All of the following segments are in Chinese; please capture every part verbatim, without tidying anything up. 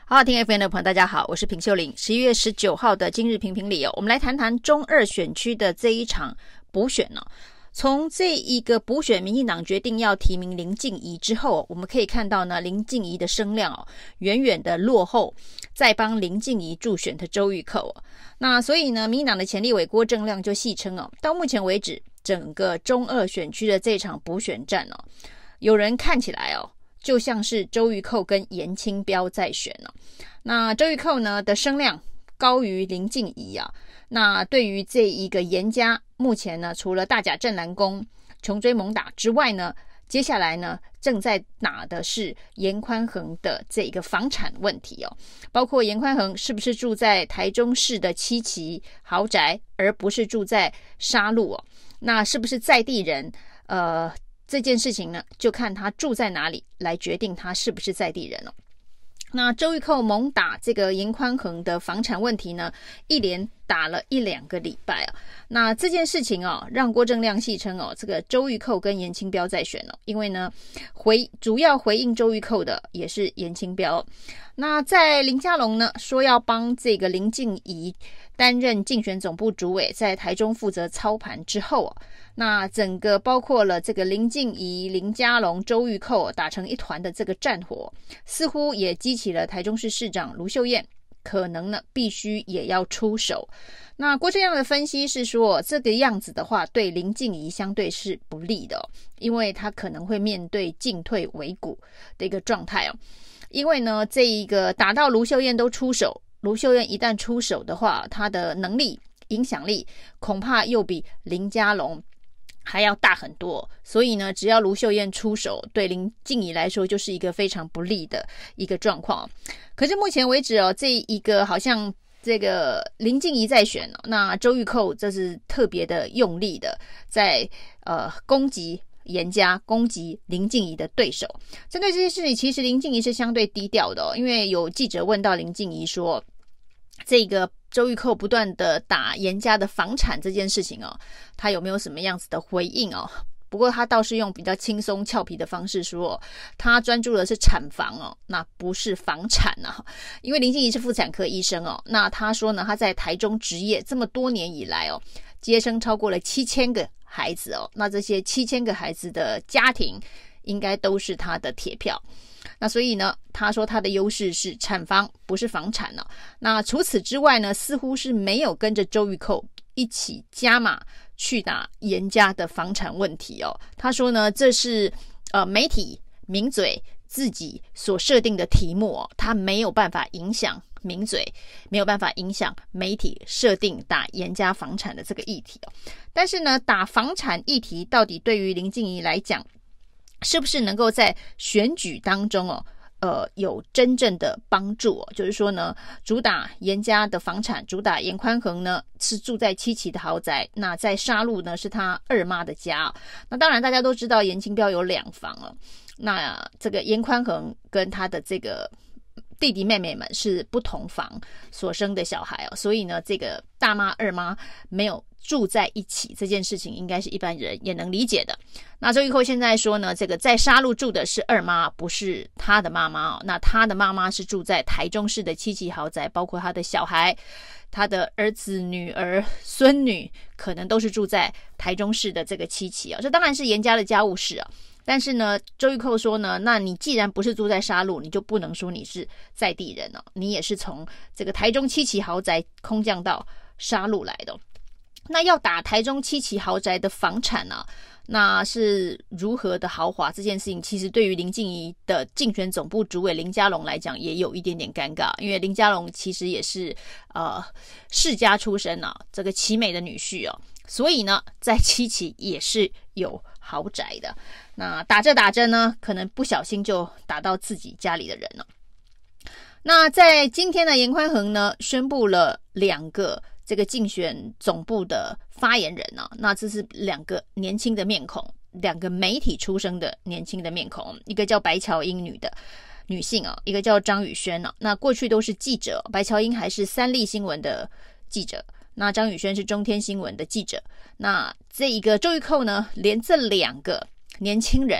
好，听 F M 的朋友大家好，我是平秀玲。十一月十九号的今日评评理哦，我们来谈谈中二选区的这一场补选哦。从这一个补选，民进党决定要提名林静仪之后，我们可以看到呢，林静仪的声量哦，远远的落后在帮林静仪助选的周玉蔻哦。那所以呢，民进党的前立委郭正亮就戏称哦，到目前为止，整个中二选区的这场补选战哦，有人看起来哦，就像是周玉蔻跟颜清标在选哦。那周玉蔻呢的声量高于林静仪啊。那对于这一个颜家，目前呢，除了大甲镇澜宫穷追猛打之外呢，接下来呢，正在打的是颜宽恒的这一个房产问题哦，包括颜宽恒是不是住在台中市的七期豪宅，而不是住在沙鹿哦？那是不是在地人？呃，这件事情呢，就看他住在哪里来决定他是不是在地人哦。那周玉蔻猛打这个颜宽恒的房产问题呢，一连打了一两个礼拜啊。那这件事情哦，让郭正亮戏称哦，这个周玉蔻跟颜清标在选哦，因为呢，回主要回应周玉蔻的也是颜清标。那在林佳龙呢说要帮这个林静仪担任竞选总部主委，在台中负责操盘之后啊，那整个包括了这个林静仪、林佳龙、周玉蔻打成一团的这个战火，似乎也激起了台中市市长卢秀燕可能呢必须也要出手。那郭正亮的分析是说，这个样子的话对林静仪相对是不利的哦，因为他可能会面对进退维谷的一个状态哦。因为呢，这一个打到卢秀燕都出手，卢秀燕一旦出手的话，她的能力、影响力恐怕又比林佳龙还要大很多，所以呢，只要卢秀燕出手，对林静仪来说就是一个非常不利的一个状况。可是目前为止哦，这一个好像这个林静仪在选，那周玉蔻这是特别的用力的在呃攻击颜家，攻击林静仪的对手。针对这些事情，其实林静仪是相对低调的哦，因为有记者问到林静仪说，这个周玉蔻不断的打颜家的房产这件事情哦，他有没有什么样子的回应哦？不过他倒是用比较轻松俏皮的方式说，哦，他专注的是产房哦，那不是房产啊。因为林静仪是妇产科医生哦，那他说呢，他在台中执业这么多年以来哦，接生超过了七千个孩子哦，那这些七千个孩子的家庭应该都是他的铁票。那所以呢，他说他的优势是产房，不是房产哦。那除此之外呢，似乎是没有跟着周玉蔻一起加码去打颜家的房产问题哦。他说呢，这是呃媒体名嘴自己所设定的题目哦，他没有办法影响名嘴，没有办法影响媒体设定打颜家房产的这个议题哦。但是呢，打房产议题到底对于林静仪来讲，是不是能够在选举当中哦，呃，有真正的帮助哦？就是说呢，主打颜家的房产，主打颜宽恒呢是住在七期的豪宅，那在沙鹿呢是他二妈的家哦。那当然大家都知道颜清标有两房哦，那这个颜宽恒跟他的这个弟弟妹妹们是不同房所生的小孩哦，所以呢，这个大妈二妈没有住在一起这件事情，应该是一般人也能理解的。那周玉蔻现在说呢，这个在沙鹿住的是二妈，不是他的妈妈哦。那他的妈妈是住在台中市的七期豪宅，包括他的小孩、他的儿子、女儿、孙女，可能都是住在台中市的这个七期哦。这当然是颜家的家务事啊。但是呢，周玉蔻说呢，那你既然不是住在沙鹿，你就不能说你是在地人哦，你也是从这个台中七期豪宅空降到沙鹿来的哦。那要打台中七期豪宅的房产啊，那是如何的豪华？这件事情其实对于林静仪的竞选总部主委林佳龙来讲，也有一点点尴尬，因为林佳龙其实也是呃世家出身啊，这个奇美的女婿哦，所以呢，在七期也是有豪宅的。那打着打着呢，可能不小心就打到自己家里的人了。那在今天的颜宽恒呢，宣布了两个这个竞选总部的发言人啊，那这是两个年轻的面孔，两个媒体出身的年轻的面孔，一个叫白乔英女的女性啊，一个叫张宇轩啊。那过去都是记者，白乔英还是三立新闻的记者，那张宇轩是中天新闻的记者。那这一个周玉蔻呢，连这两个年轻人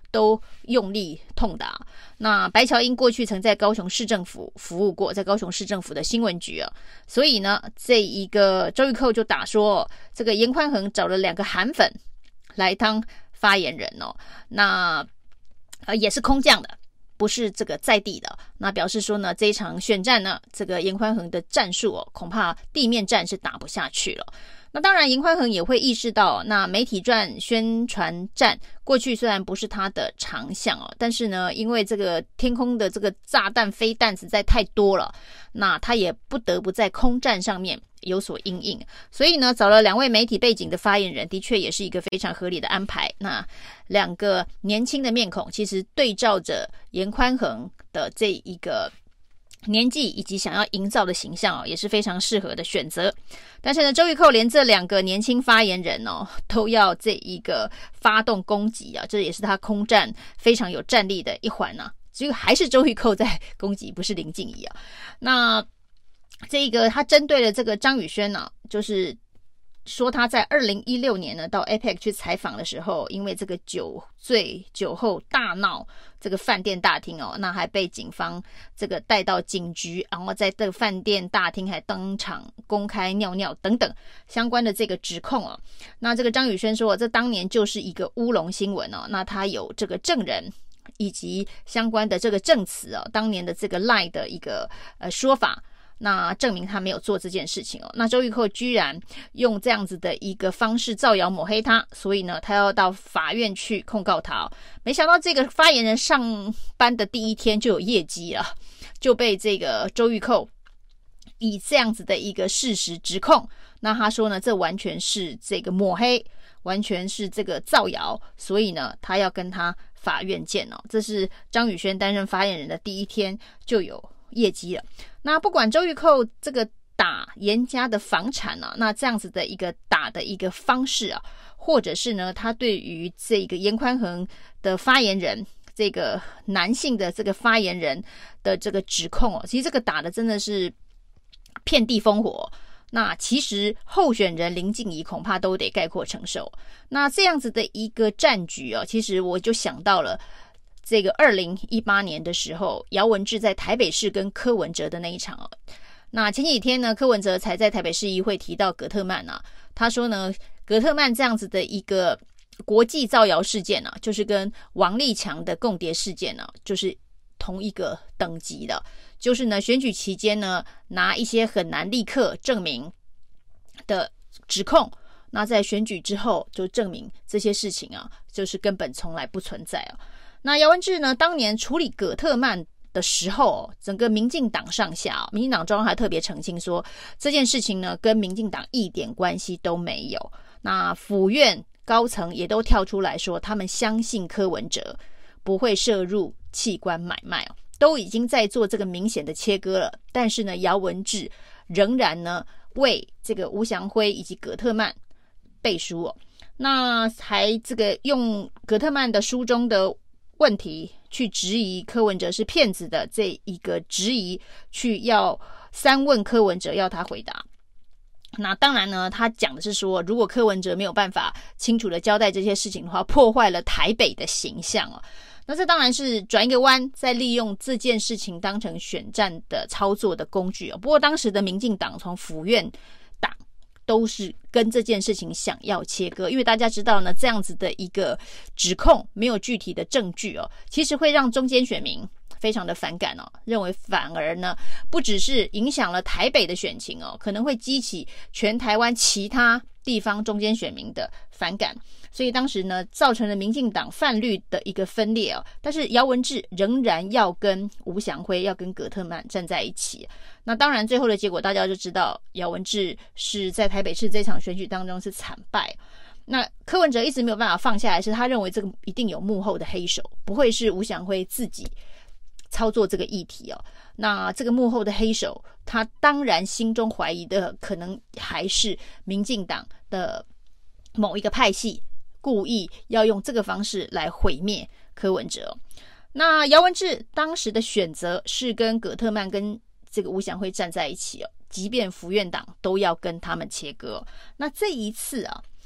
都用力痛打。那白乔英过去曾在高雄市政府服务过，在高雄市政府的新闻局啊，所以呢，这一个周玉蔻就打说，这个严宽恒找了两个韩粉来当发言人哦，那呃也是空降的，不是这个在地的。那表示说呢，这一场选战呢，这个严宽恒的战术哦，恐怕地面战是打不下去了。那当然，严宽恒也会意识到，那媒体战、宣传战过去虽然不是他的长项哦，但是呢，因为这个天空的这个炸弹、飞弹实在太多了，那他也不得不在空战上面有所因应，所以呢，找了两位媒体背景的发言人，的确也是一个非常合理的安排。那两个年轻的面孔，其实对照着严宽恒的这一个年纪以及想要营造的形象哦，也是非常适合的选择。但是呢，周玉蔻连这两个年轻发言人哦，都要这一个发动攻击啊，这也是他空战非常有战力的一环啊。只有还是周玉蔻在攻击，不是林静怡啊。那这个他针对了这个张宇轩呢、啊，就是说他在二零一六年呢到 A P E C 去采访的时候，因为这个酒醉酒后大闹这个饭店大厅哦，那还被警方这个带到警局，然后在这个饭店大厅还当场公开尿尿等等相关的这个指控哦。那这个张宇轩说，这当年就是一个乌龙新闻哦，那他有这个证人以及相关的这个证词哦，当年的这个 lie 的一个呃说法。那证明他没有做这件事情哦。那周玉蔻居然用这样子的一个方式造谣抹黑他，所以呢，他要到法院去控告他哦。没想到这个发言人上班的第一天就有业绩了，就被这个周玉蔻以这样子的一个事实指控。那他说呢，这完全是这个抹黑，完全是这个造谣，所以呢，他要跟他法院见哦。这是张宇轩担任发言人的第一天就有业绩了。那不管周玉蔻这个打严家的房产啊，那这样子的一个打的一个方式啊，或者是呢，他对于这个严宽恒的发言人，这个男性的这个发言人的这个指控哦，其实这个打的真的是遍地烽火。那其实候选人林静怡恐怕都得概括承受。那这样子的一个战局哦，其实我就想到了这个二零一八年的时候，姚文智在台北市跟柯文哲的那一场哦。那前几天呢，柯文哲才在台北市议会提到葛特曼啊，他说呢，葛特曼这样子的一个国际造谣事件啊，就是跟王立强的共谍事件啊，就是同一个等级的。就是呢，选举期间呢，拿一些很难立刻证明的指控，那在选举之后就证明这些事情啊，就是根本从来不存在啊。那姚文智呢，当年处理葛特曼的时候，整个民进党上下，民进党中央还特别澄清说，这件事情呢跟民进党一点关系都没有。那府院高层也都跳出来说，他们相信柯文哲不会涉入器官买卖哦，都已经在做这个明显的切割了。但是呢，姚文智仍然呢为这个吴祥辉以及葛特曼背书哦，那还这个用葛特曼的书中的问题去质疑柯文哲是骗子的这一个质疑，去要三问柯文哲要他回答。那当然呢，他讲的是说，如果柯文哲没有办法清楚的交代这些事情的话，破坏了台北的形象哦。那这当然是转一个弯，再利用这件事情当成选战的操作的工具哦。不过当时的民进党从府院党都是跟这件事情想要切割，因为大家知道呢，这样子的一个指控没有具体的证据哦，其实会让中间选民非常的反感哦，认为反而呢不只是影响了台北的选情哦，可能会激起全台湾其他地方中间选民的反感，所以当时呢造成了民进党泛绿的一个分裂哦。但是姚文智仍然要跟吴祥辉要跟葛特曼站在一起。那当然最后的结果大家就知道，姚文智是在台北市这场选举当中是惨败。那柯文哲一直没有办法放下来，是他认为这个一定有幕后的黑手，不会是吴祥辉自己操作这个议题哦。那这个幕后的黑手，他当然心中怀疑的可能还是民进党的某一个派系，故意要用这个方式来毁灭柯文哲。那姚文智当时的选择是跟葛特曼跟这个吴祥辉站在一起哦，即便府院党都要跟他们切割哦。那这一次啊，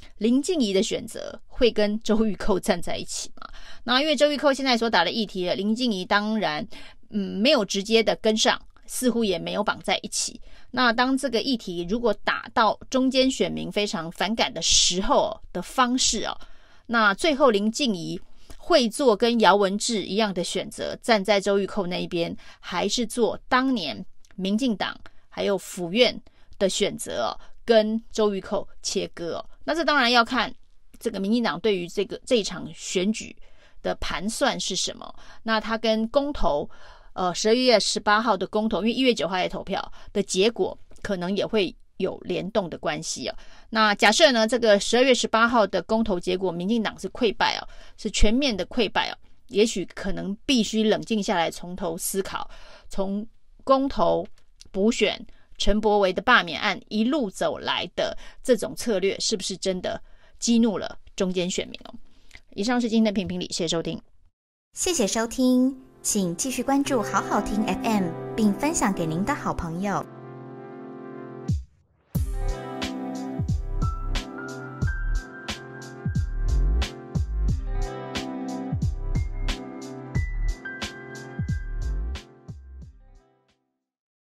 林静仪的选择会跟周玉蔻站在一起嘛？那因为周玉蔻现在所打的议题了，林静仪当然嗯没有直接的跟上，似乎也没有绑在一起。那当这个议题如果打到中间选民非常反感的时候的方式哦，那最后林静仪会做跟姚文智一样的选择，站在周玉蔻那一边，还是做当年民进党还有府院的选择哦，跟周玉蔻切割哦？那这当然要看这个民进党对于这个这一场选举的盘算是什么。那他跟公投呃十二月十八号的公投，因为一月九号也投票的结果可能也会有联动的关系哦。那假设呢，这个十二月十八号的公投结果民进党是溃败哦，是全面的溃败哦，也许可能必须冷静下来，从头思考，从公投补选陈柏惟的罢免案一路走来的这种策略，是不是真的激怒了中间选民哦？以上是今天的评评理，谢谢收听。 谢谢收听，请继续关注好好听 F M， 并分享给您的好朋友。